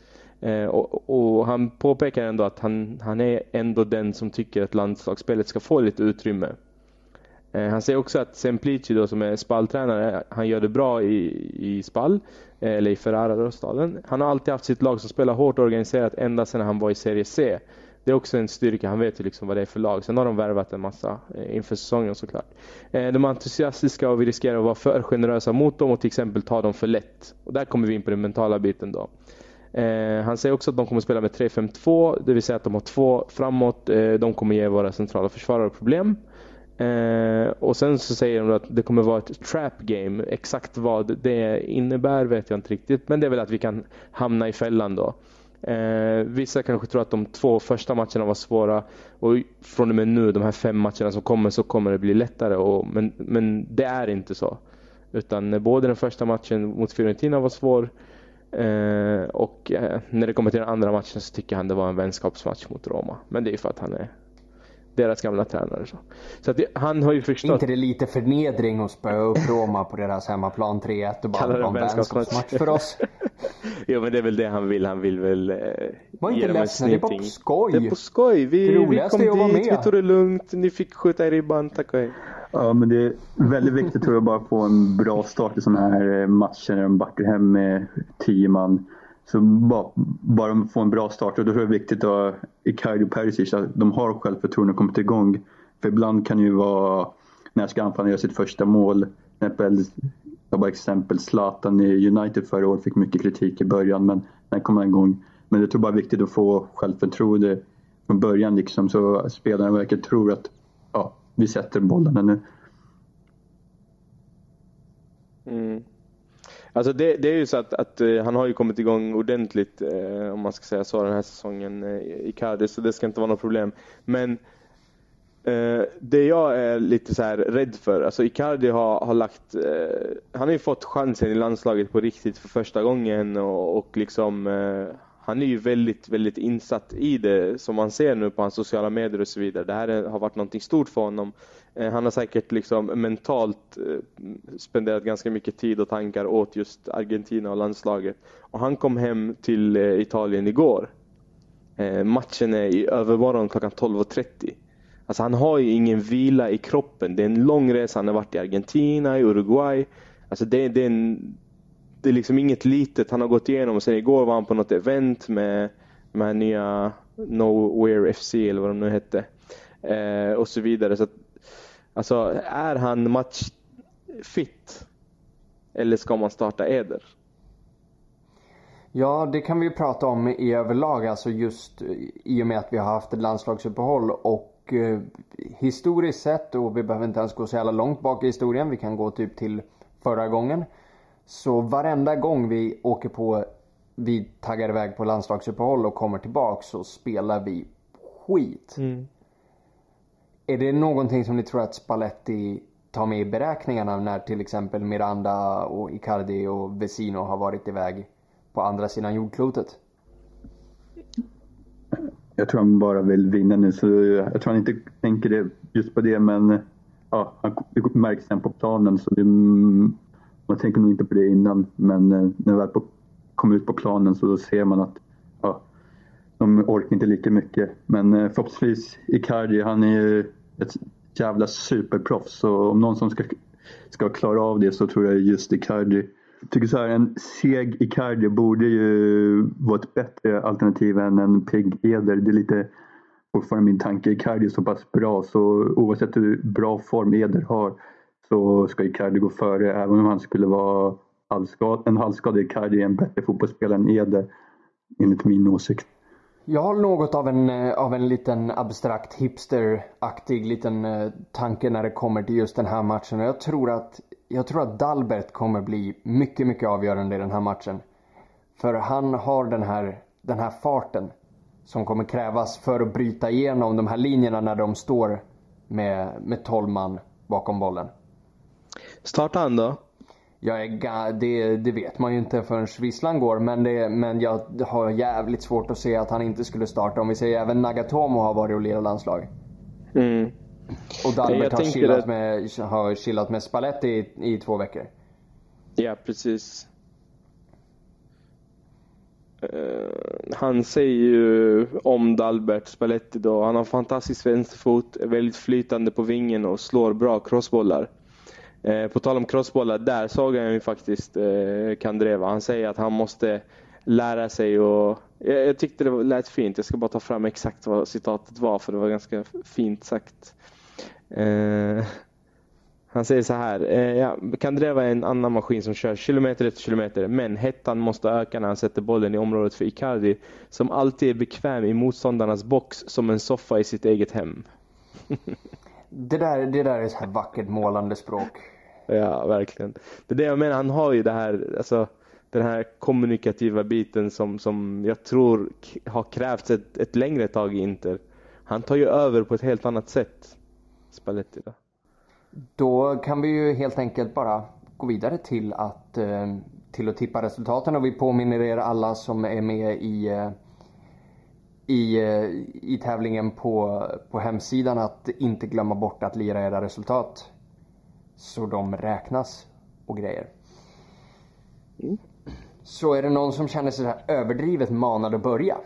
Och han påpekar ändå att han är ändå den som tycker att landslagsspelet ska få lite utrymme. Han säger också att Semplici då, som är Spal-tränare, han gör det bra i Spal, eller i Ferrara då, staden. Han har alltid haft sitt lag som spelar hårt och organiserat ända sedan han var i Serie C. Det är också en styrka, han vet ju liksom vad det är för lag. Sen har de värvat en massa inför säsongen såklart. De är entusiastiska och vi riskerar att vara för generösa mot dem och till exempel ta dem för lätt. Och där kommer vi in på den mentala biten då. Han säger också att de kommer spela med 3-5-2, det vill säga att de har 2 framåt. De kommer ge våra centrala försvarare problem. Och sen så säger de att det kommer vara ett trap game. Exakt vad det innebär vet jag inte riktigt, men det är väl att vi kan hamna i fällan då. Vissa kanske tror att de 2 första matcherna var svåra, och från och med nu, de här 5 matcherna som kommer, så kommer det bli lättare. Men det är inte så, utan både den första matchen mot Fiorentina var svår, och när det kommer till den andra matchen så tycker han det var en vänskapsmatch mot Roma. Men det är för att han är deras gamla tränare. Så att han har ju förstått. Inte det lite förnedring att spöa upp Roma på deras hemmaplan 3-1 och bara en vänskapsmatch för oss? Jo, men det är väl det han vill. Han vill väl var inte ledsen, det är bara på skoj. Det är på skoj. Vi kom dit, vi tog det lugnt. Ni fick skjuta i ribban, tack och hej. Ja, men det är väldigt viktigt, tror jag, bara få en bra start i sådana här matcher när de backar hem med 10 man. Så bara de får en bra start, och då är det viktigt att Icardi och Perisic, att de har självförtroende och kommit igång. För ibland kan det ju vara, när ska anfallaren göra sitt första mål, exempel Zlatan i United förra året fick mycket kritik i början, men den kom igång. Men det tror bara är viktigt att få självförtroende från början, liksom, så spelarna verkligen tror att vi sätter bollarna nu. Alltså det är ju så att han har ju kommit igång ordentligt, om man ska säga så, den här säsongen i Icardi, så det ska inte vara något problem. Men det jag är lite så här rädd för, alltså Icardi har lagt, han har ju fått chansen i landslaget på riktigt för första gången, och liksom han är ju väldigt, väldigt insatt i det, som man ser nu på hans sociala medier och så vidare. Det här har varit någonting stort för honom. Han har säkert liksom mentalt spenderat ganska mycket tid och tankar åt just Argentina och landslaget. Och han kom hem till Italien igår. Matchen är i övermorgon klockan 12:30. Alltså han har ju ingen vila i kroppen. Det är en lång resa. Han har varit i Argentina, i Uruguay. Alltså det är liksom inget litet han har gått igenom. Och sen igår var han på något event med de här nya Nowhere FC eller vad de nu hette. Och så vidare. Så att, alltså, är han matchfit? Eller ska man starta Eder? Ja, det kan vi ju prata om i överlag. Alltså just i och med att vi har haft ett landslagsuppehåll. Och historiskt sett, och vi behöver inte ens gå så jävla långt bak i historien. Vi kan gå typ till förra gången. Så varenda gång vi taggar iväg på landslagsuppehåll och kommer tillbaka så spelar vi skit. Är det någonting som ni tror att Spalletti tar med i beräkningarna när till exempel Miranda och Icardi och Vecino har varit iväg på andra sidan jordklotet? Jag tror han bara vill vinna nu, så jag tror han inte tänker det just på det, men ja, det märks sen på planen, så man tänker nog inte på det innan, men när vi väl kommer ut på planen så då ser man att ja, de orkar inte lika mycket. Men förhoppningsvis Icardi, han är ju ett jävla superproffs, så om någon som ska klara av det så tror jag just Icardi. Jag tycker så här, en seg Icardi borde ju vara ett bättre alternativ än en pigg Eder. Det är lite fortfarande min tanke. Icardi är så pass bra, så oavsett hur bra form Eder har så ska Icardi gå före, även om han skulle vara en halvskadad. Icardi är en bättre fotbollsspelare än Eder, enligt min åsikt. Jag har något av en liten abstrakt hipster-aktig liten tanke när det kommer till just den här matchen. Och jag tror att Dalbert kommer bli mycket, mycket avgörande i den här matchen. För han har den här farten som kommer krävas för att bryta igenom de här linjerna när de står med 12 man bakom bollen. Startar han då? Det vet man ju inte förrän visslan går, men jag har jävligt svårt att se att han inte skulle starta. Om vi säger även Nagatomo har varit och lirat landslag. Och Dalbert har chillat med Spalletti i 2 veckor. Ja, precis. Han säger ju om Dalbert Spalletti då, han har fantastisk vänsterfot, är väldigt flytande på vingen och slår bra crossbollar. På tal om crossbollar, där såg jag ju faktiskt Kandreva. Han säger att han måste lära sig, och jag tyckte det lät fint. Jag ska bara ta fram exakt vad citatet var, för det var ganska fint sagt. Han säger så här: Kandreva är en annan maskin som kör kilometer efter kilometer, men hettan måste öka när han sätter bollen i området för Icardi, som alltid är bekväm i motståndarnas box som en soffa i sitt eget hem. Det där är så här vackert målande språk. Ja, verkligen. Det är det jag menar, han har ju det här, alltså den här kommunikativa biten som jag tror har krävts ett längre tag i Inter. Han tar ju över på ett helt annat sätt, Spalletti då. Då kan vi ju helt enkelt bara gå vidare till att tippa resultaten, och vi påminner er alla som är med i tävlingen på hemsidan att inte glömma bort att lira era resultat, så de räknas och grejer. Så är det någon som känner sig så här överdrivet manad att börja?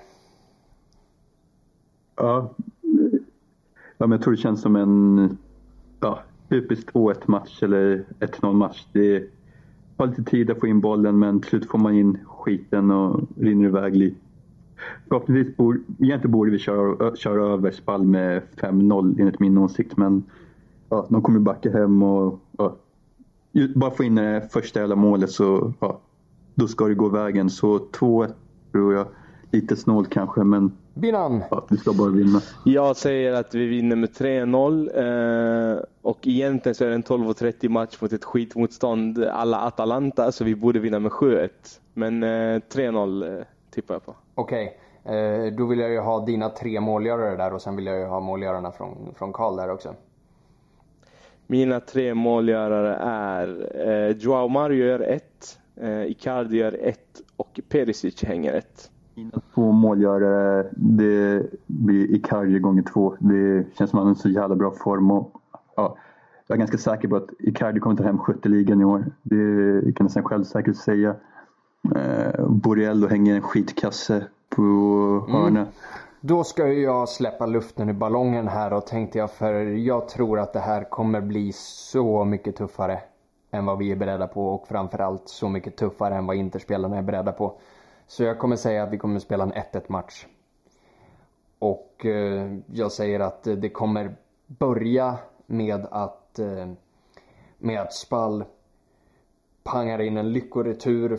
Ja, men jag tror det känns som en typisk 2-1 match eller 1-0 match. Det tar lite tid att få in bollen, men till slut får man in skiten och rinner iväg lite. Förhoppningsvis borde vi köra över Spal med 5-0 enligt min åsikt, men de kommer backa hem och bara få in det första hela målet, så då ska det gå vägen. Så 2-1 tror jag, lite snålt kanske, men vi ska bara vinna. Jag säger att vi vinner med 3-0 och egentligen så är det en 12:30 match mot ett skitmotstånd alla Atalanta, så vi borde vinna med 7-1, men 3-0 tippar jag på. Okej. Då vill jag ju ha dina 3 målgörare där, och sen vill jag ju ha målgörarna från Karl där också. Mina 3 målgörare är Joao Mario gör 1, Icardi gör 1 och Perisic hänger 1. Mina 2 målgörare, det blir Icardi gånger 2. Det känns som att han är så jävla bra form, och jag är ganska säker på att Icardi kommer ta hem skytteligan i år. Det kan jag nästan självsäkert säga. Borrello hänger en skitkasse på hörna. Då ska jag släppa luften i ballongen här, och tänkte jag, för jag tror att det här kommer bli så mycket tuffare än vad vi är beredda på, och framförallt så mycket tuffare än vad interspelarna är beredda på. Så jag kommer säga att vi kommer spela en 1-1 match. Och jag säger att det kommer börja med att Spal pangar in en lyckoretur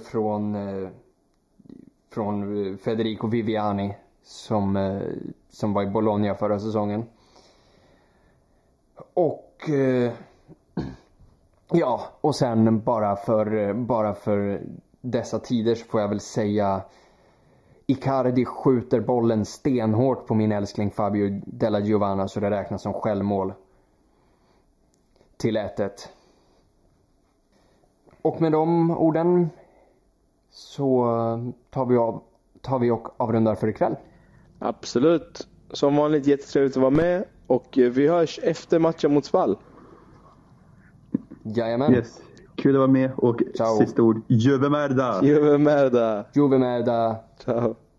från Federico Viviani som var i Bologna förra säsongen. Och ja, och sen bara för dessa tider så får jag väl säga Icardi skjuter bollen stenhårt på min älskling Fabio Della Giovanna, så det räknas som självmål till 1-1. Och med de orden så tar vi och avrundar för ikväll. Absolut. Som vanligt jättetrevligt att vara med. Och vi hörs efter matchen mot Spal. Jajamän. Yes. Kul att vara med. Och ciao. Sista ord. Juve merda. Juve merda. Juve merda. Ciao.